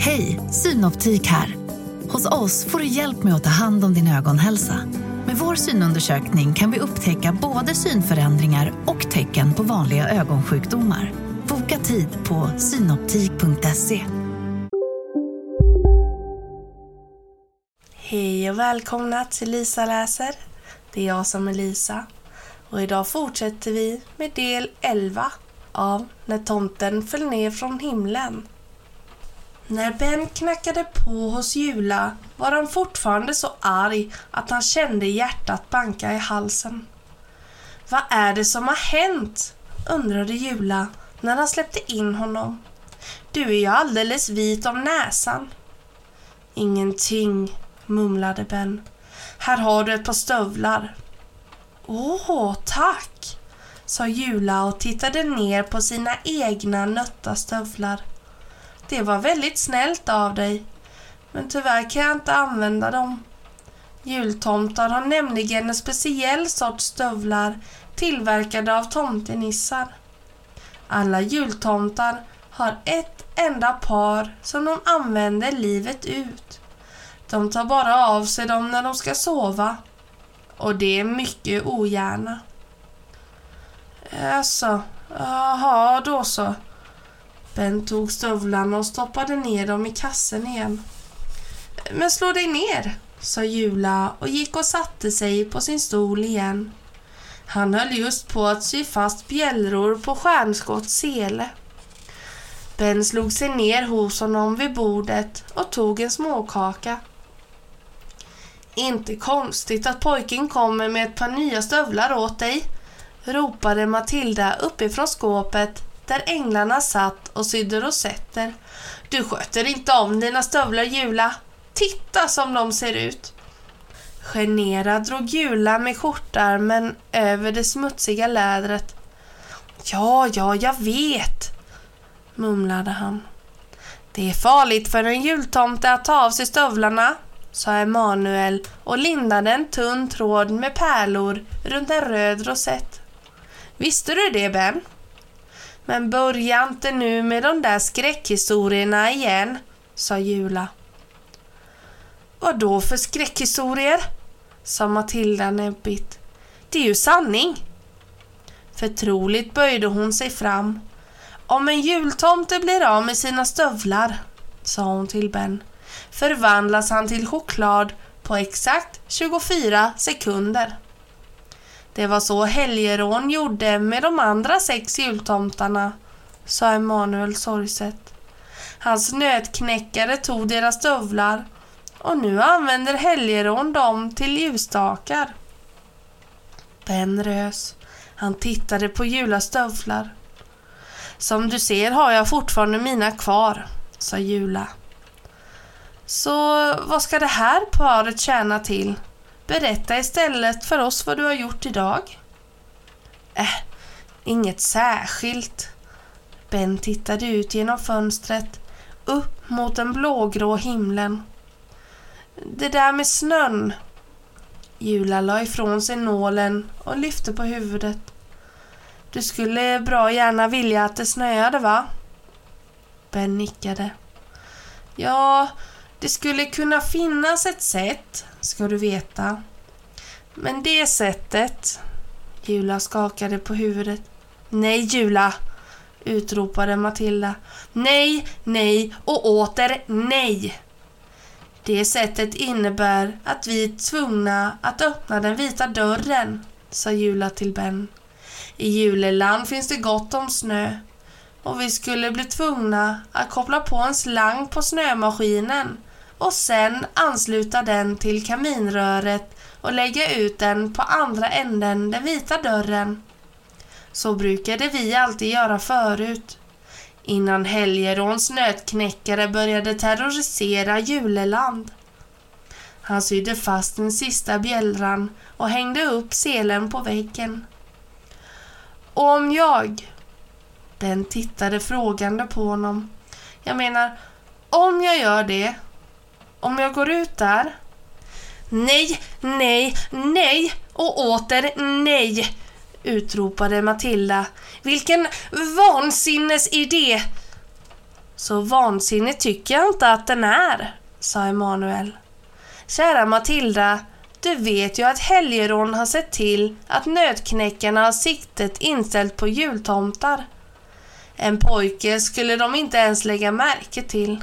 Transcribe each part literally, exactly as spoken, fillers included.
Hej, Synoptik här. Hos oss får du hjälp med att ta hand om din ögonhälsa. Med vår synundersökning kan vi upptäcka både synförändringar och tecken på vanliga ögonsjukdomar. Boka tid på synoptik punkt se. Hej och välkomna till Lisa läser. Det är jag som är Lisa. Och idag fortsätter vi med del elva av När tomten föll ner från himlen. När Ben knackade på hos Jula var han fortfarande så arg att han kände hjärtat banka i halsen. Vad är det som har hänt? Undrade Jula när han släppte in honom. Du är ju alldeles vit om näsan. Ingenting, mumlade Ben. Här har du ett par stövlar. Åh, tack, sa Jula och tittade ner på sina egna nötta stövlar. Det var väldigt snällt av dig, men tyvärr kan jag inte använda dem. Jultomtar har nämligen en speciell sorts stövlar tillverkade av tomtenissar. Alla jultomtar har ett enda par som de använder livet ut. De tar bara av sig dem när de ska sova, och det är mycket ogärna. Alltså, jaha då så. Ben tog stövlarna och stoppade ner dem i kassen igen. Men slå dig ner, sa Jula och gick och satte sig på sin stol igen. Han höll just på att sy fast bjällror på Stjärnskotts sele. Ben slog sig ner hos honom vid bordet och tog en småkaka. Inte konstigt att pojken kommer med ett par nya stövlar åt dig, ropade Matilda uppifrån skåpet där änglarna satt och sydde rosetter. Du sköter inte om dina stövlar, Jula. Titta som de ser ut. Generad drog Jula med skjortärmen över det smutsiga lädret. Ja, ja, jag vet, mumlade han. Det är farligt för en jultomte att ta av sig stövlarna, sa Emanuel och lindade en tunn tråd med pärlor runt en röd rosett. Visste du det, Ben? Men börja inte nu med de där skräckhistorierna igen, sa Jula. Vad då för skräckhistorier? Sa Matilda näbbigt. Det är ju sanning. Förtroligt böjde hon sig fram. Om en jultomte blir av med sina stövlar, sa hon till Ben, förvandlas han till choklad på exakt tjugofyra sekunder. Det var så Helgerån gjorde med de andra sex jultomtarna, sa Emanuel sorgset. Hans nötknäckare tog deras stövlar och nu använder Helgerån dem till ljusstakar. Ben rös. Han tittade på Julas stövlar. Som du ser har jag fortfarande mina kvar, sa Jula. Så vad ska det här paret tjäna till? Berätta istället för oss vad du har gjort idag. Äh, inget särskilt. Ben tittade ut genom fönstret, upp mot den blågrå himlen. Det där med snön. Jula la ifrån sig nålen och lyfte på huvudet. Du skulle bra gärna vilja att det snöade, va? Ben nickade. Ja, det skulle kunna finnas ett sätt, ska du veta. Men det sättet... Jula skakade på huvudet. Nej, Jula, utropade Matilda. Nej, nej och åter nej. Det sättet innebär att vi är tvungna att öppna den vita dörren, sa Jula till Ben. I juleland finns det gott om snö. Och vi skulle bli tvungna att koppla på en slang på snömaskinen och sen ansluta den till kaminröret och lägga ut den på andra änden den vita dörren. Så brukade vi alltid göra förut, innan Helgeråns nötknäckare började terrorisera juleland. Han sydde fast den sista bjällran och hängde upp selen på väggen. Och om jag... Ben tittade frågande på honom. Jag menar, om jag gör det, om jag går ut där... Nej, nej, nej och åter nej, utropade Matilda. Vilken vansinnesidé! Så vansinnigt tycker jag inte att den är, sa Emanuel. Kära Matilda, du vet ju att Helgerån har sett till att nötknäckarna har siktet inställt på jultomtar. En pojke skulle de inte ens lägga märke till.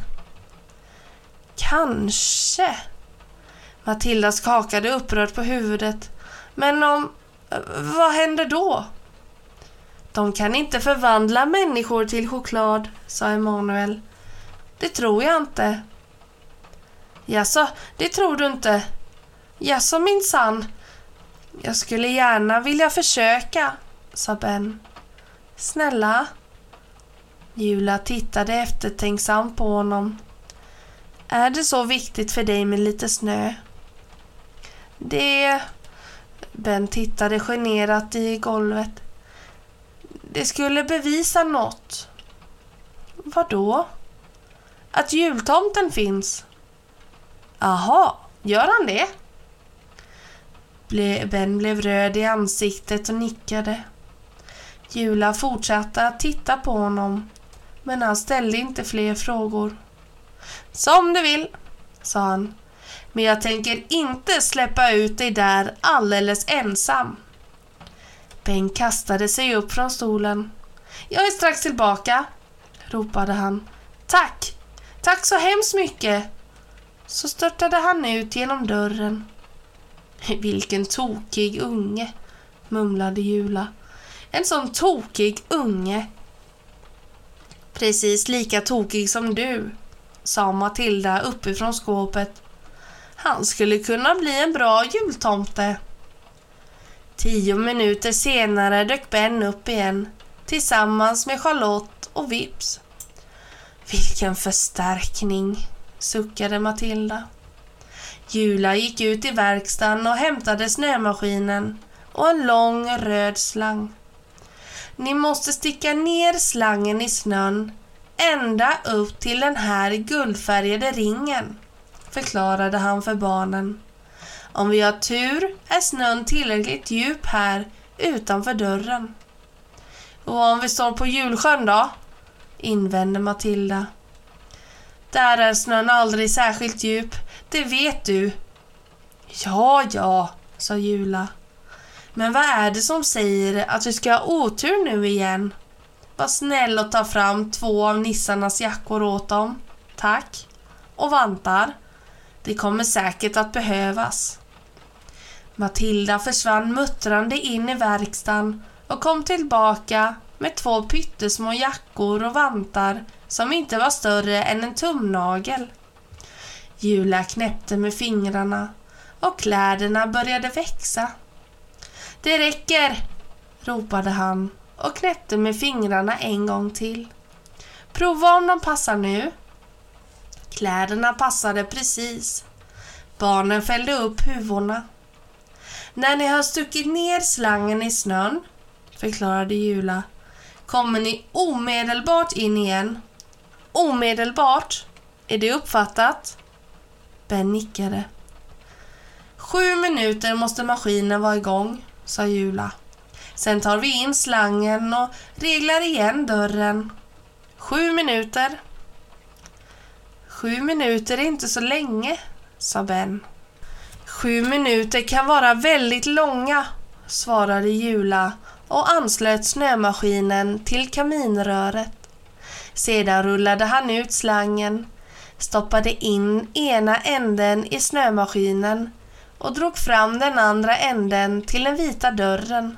Kanske. Matilda skakade upprört på huvudet. Men om... vad händer då? De kan inte förvandla människor till choklad, sa Emanuel. Det tror jag inte. Jaså, det tror du inte? Jaså, minsann. Jag skulle gärna vilja försöka, sa Ben. Snälla. Jula tittade eftertänksamt på honom. Är det så viktigt för dig med lite snö? Det... Ben tittade generat i golvet. Det skulle bevisa något. Vad då? Att jultomten finns. Aha, gör han det? Ben blev röd i ansiktet och nickade. Jula fortsatte att titta på honom, men han ställde inte fler frågor. Som du vill, sa han. Men jag tänker inte släppa ut dig där alldeles ensam. Ben kastade sig upp från stolen. Jag är strax tillbaka, ropade han. Tack, tack så hemskt mycket. Så störtade han ut genom dörren. Vilken tokig unge, mumlade Jula. En sån tokig unge. Precis lika tokig som du, sa Matilda uppifrån skåpet. Han skulle kunna bli en bra jultomte. Tio minuter senare dök Ben upp igen, tillsammans med Charlotte och Vips. Vilken förstärkning, suckade Matilda. Jula gick ut i verkstaden och hämtade snömaskinen och en lång röd slang. Ni måste sticka ner slangen i snön ända upp till den här guldfärgade ringen, förklarade han för barnen. Om vi har tur är snön tillräckligt djup här utanför dörren. Och om vi står på Julsjön då? Invände Matilda. Där är snön aldrig särskilt djup, det vet du. Ja, ja, sa Jula. Men vad är det som säger att vi ska ha otur nu igen? Var snäll och ta fram två av nissarnas jackor åt dem. Tack. Och vantar. Det kommer säkert att behövas. Matilda försvann muttrande in i verkstaden och kom tillbaka med två pyttesmå jackor och vantar som inte var större än en tumnagel. Jula knäppte med fingrarna och kläderna började växa. Det räcker, ropade han och knäppte med fingrarna en gång till. Prova om de passar nu. Kläderna passade precis. Barnen fällde upp huvorna. När ni har stuckit ner slangen i snön, förklarade Jula, kommer ni omedelbart in igen. Omedelbart? Är det uppfattat? Ben nickade. Sju minuter måste maskinen vara igång, sa Jula. Sen tar vi in slangen och reglar igen dörren. Sju minuter. Sju minuter är inte så länge, sa Ben. Sju minuter kan vara väldigt långa, svarade Jula och anslöt snömaskinen till kaminröret. Sedan rullade han ut slangen, stoppade in ena änden i snömaskinen och drog fram den andra änden till den vita dörren.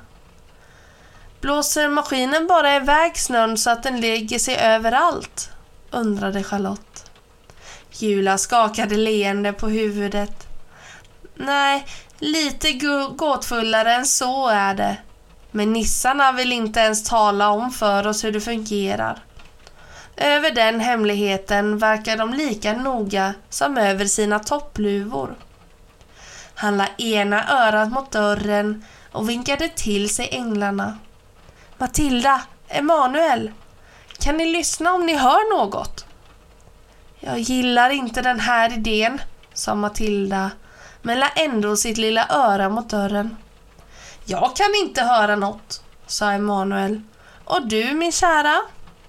Blåser maskinen bara iväg snön så att den lägger sig överallt? Undrade Charlotte. Jula skakade leende på huvudet. Nej, lite gåtfullare än så är det. Men nissarna vill inte ens tala om för oss hur det fungerar. Över den hemligheten verkar de lika noga som över sina toppluvor. Han la ena örat mot dörren och vinkade till sig änglarna. Matilda, Emanuel, kan ni lyssna om ni hör något? Jag gillar inte den här idén, sa Matilda, men la ändå sitt lilla öra mot dörren. Jag kan inte höra något, sa Emanuel. Och du, min kära?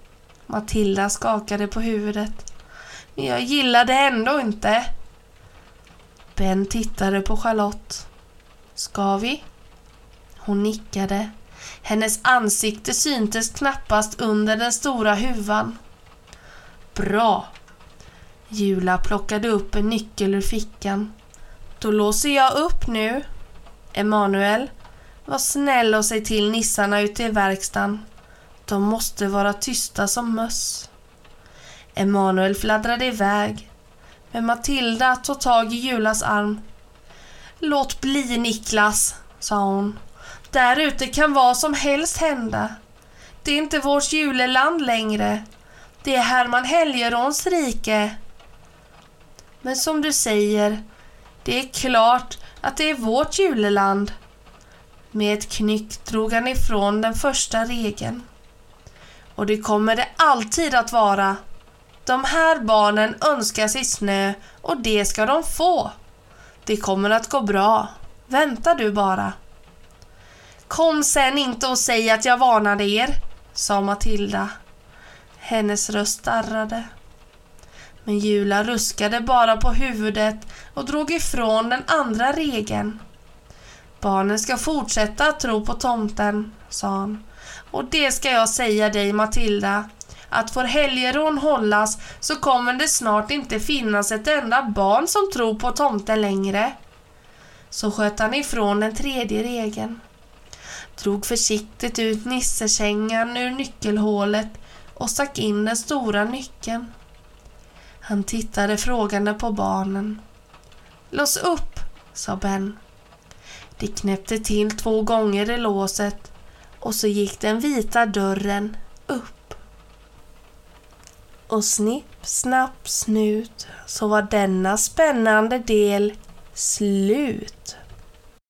Matilda skakade på huvudet. Men jag gillar det ändå inte. Ben tittade på Charlotte. Ska vi? Hon nickade. Hennes ansikte syntes knappast under den stora huvan. Bra. Jula plockade upp en nyckel ur fickan. Då låser jag upp nu. Emanuel, var snäll och säg till nissarna ute i verkstaden. De måste vara tysta som möss. Emanuel fladdrade iväg. Men Matilda tog tag i Julas arm. Låt bli, Niklas, sa hon. Där ute kan vad som helst hända. Det är inte vårt juleland längre. Det är Herman Helgerons rike. Men som du säger, det är klart att det är vårt juleland. Med ett knyck drog han ifrån den första regeln. Och det kommer det alltid att vara. De här barnen önskar sig snö och det ska de få. Det kommer att gå bra. Vänta du bara. Kom sen inte och säg att jag varnade er, sa Matilda. Hennes röst darrade. Men Jula ruskade bara på huvudet och drog ifrån den andra regeln. Barnen ska fortsätta att tro på tomten, sa han. Och det ska jag säga dig, Matilda. Att får helgeron hållas så kommer det snart inte finnas ett enda barn som tror på tomten längre. Så sköt han ifrån den tredje regeln. Drog försiktigt ut nissekängan ur nyckelhålet och stack in den stora nyckeln. Han tittade frågande på barnen. Lås upp, sa Ben. Det knäppte till två gånger i låset och så gick den vita dörren upp. Och snipp, snapp, snut så var denna spännande del slut.